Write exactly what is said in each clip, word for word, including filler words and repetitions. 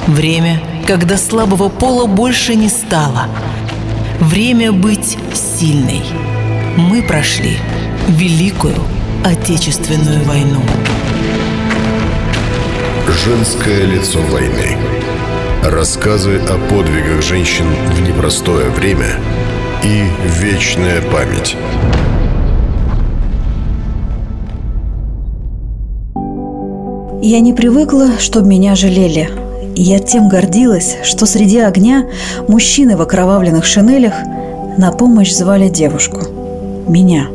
Время, когда слабого пола больше не стало. Время быть сильной. Мы прошли Великую Отечественную войну. Женское лицо войны. Рассказы о подвигах женщин в непростое время и вечная память. Я не привыкла, чтобы меня жалели. И я тем гордилась, что среди огня мужчины в окровавленных шинелях на помощь звали девушку. Меня.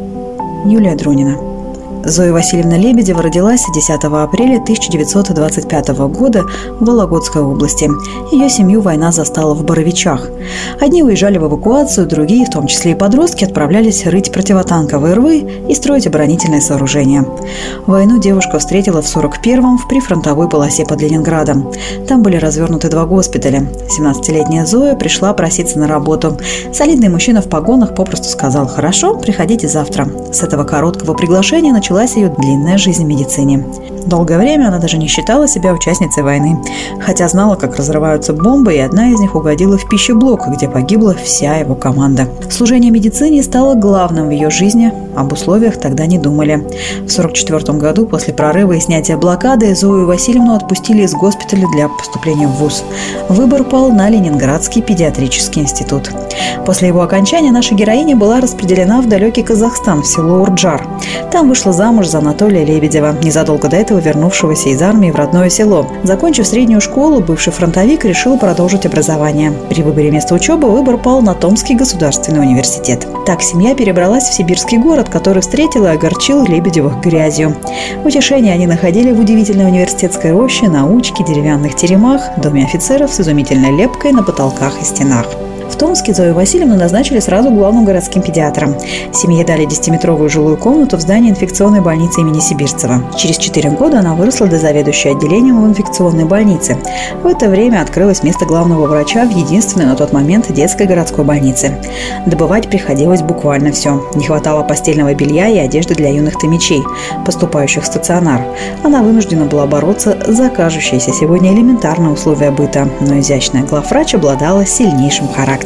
Юлия Друнина. Зоя Васильевна Лебедева родилась десятого апреля тысяча девятьсот двадцать пятого года в Вологодской области. Ее семью война застала в Боровичах. Одни уезжали в эвакуацию, другие, в том числе и подростки, отправлялись рыть противотанковые рвы и строить оборонительные сооружения. Войну девушка встретила в сорок первом в прифронтовой полосе под Ленинградом. Там были развернуты два госпиталя. семнадцатилетняя Зоя пришла проситься на работу. Солидный мужчина в погонах попросту сказал: «Хорошо, приходите завтра». С этого короткого приглашения началась ее длинная жизнь в медицине. Долгое время она даже не считала себя участницей войны, хотя знала, как разрываются бомбы, и одна из них угодила в пищеблок, где погибла вся его команда. Служение медицине стало главным в ее жизни, об условиях тогда не думали. В сорок четвёртом году, после прорыва и снятия блокады, Зою Васильевну отпустили из госпиталя для поступления в вуз. Выбор пал на Ленинградский педиатрический институт. После его окончания наша героиня была распределена в далекий Казахстан, в село Урджар. Там вышла замуж за Анатолия Лебедева, незадолго до этого вернувшегося из армии в родное село. Закончив среднюю школу, бывший фронтовик решил продолжить образование. При выборе места учебы выбор пал на Томский государственный университет. Так семья перебралась в сибирский город, который встретил и огорчил Лебедевых грязью. Утешение они находили в удивительной университетской роще, научке, деревянных теремах, доме офицеров с изумительной лепкой на потолках и стенах. В Томске Зою Васильевну назначили сразу главным городским педиатром. Семье дали десятиметровую жилую комнату в здании инфекционной больницы имени Сибирцева. Через четыре года она выросла до заведующей отделением в инфекционной больнице. В это время открылось место главного врача в единственной на тот момент детской городской больнице. Добывать приходилось буквально все. Не хватало постельного белья и одежды для юных томичей, поступающих в стационар. Она вынуждена была бороться за кажущиеся сегодня элементарные условия быта, но изящная главврач обладала сильнейшим характером.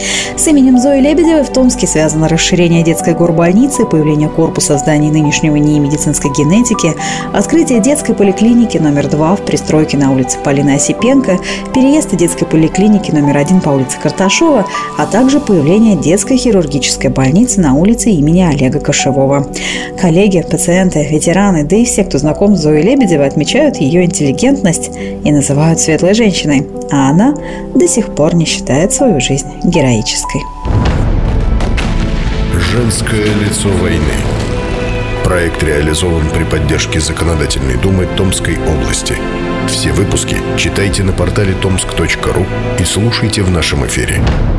С именем Зои Лебедевой в Томске связано расширение детской горбольницы, появление корпуса зданий нынешнего НИИ медицинской генетики, открытие детской поликлиники номер два в пристройке на улице Полины Осипенко, переезд детской поликлиники номер один по улице Карташова, а также появление детской хирургической больницы на улице имени Олега Кошевого. Коллеги, пациенты, ветераны, да и все, кто знаком с Зоей Лебедевой, отмечают ее интеллигентность и называют светлой женщиной, а она до сих пор не считает свою жизнь героической. Женское лицо войны. Проект реализован при поддержке Законодательной думы Томской области. Все выпуски читайте на портале томск точка ру и слушайте в нашем эфире.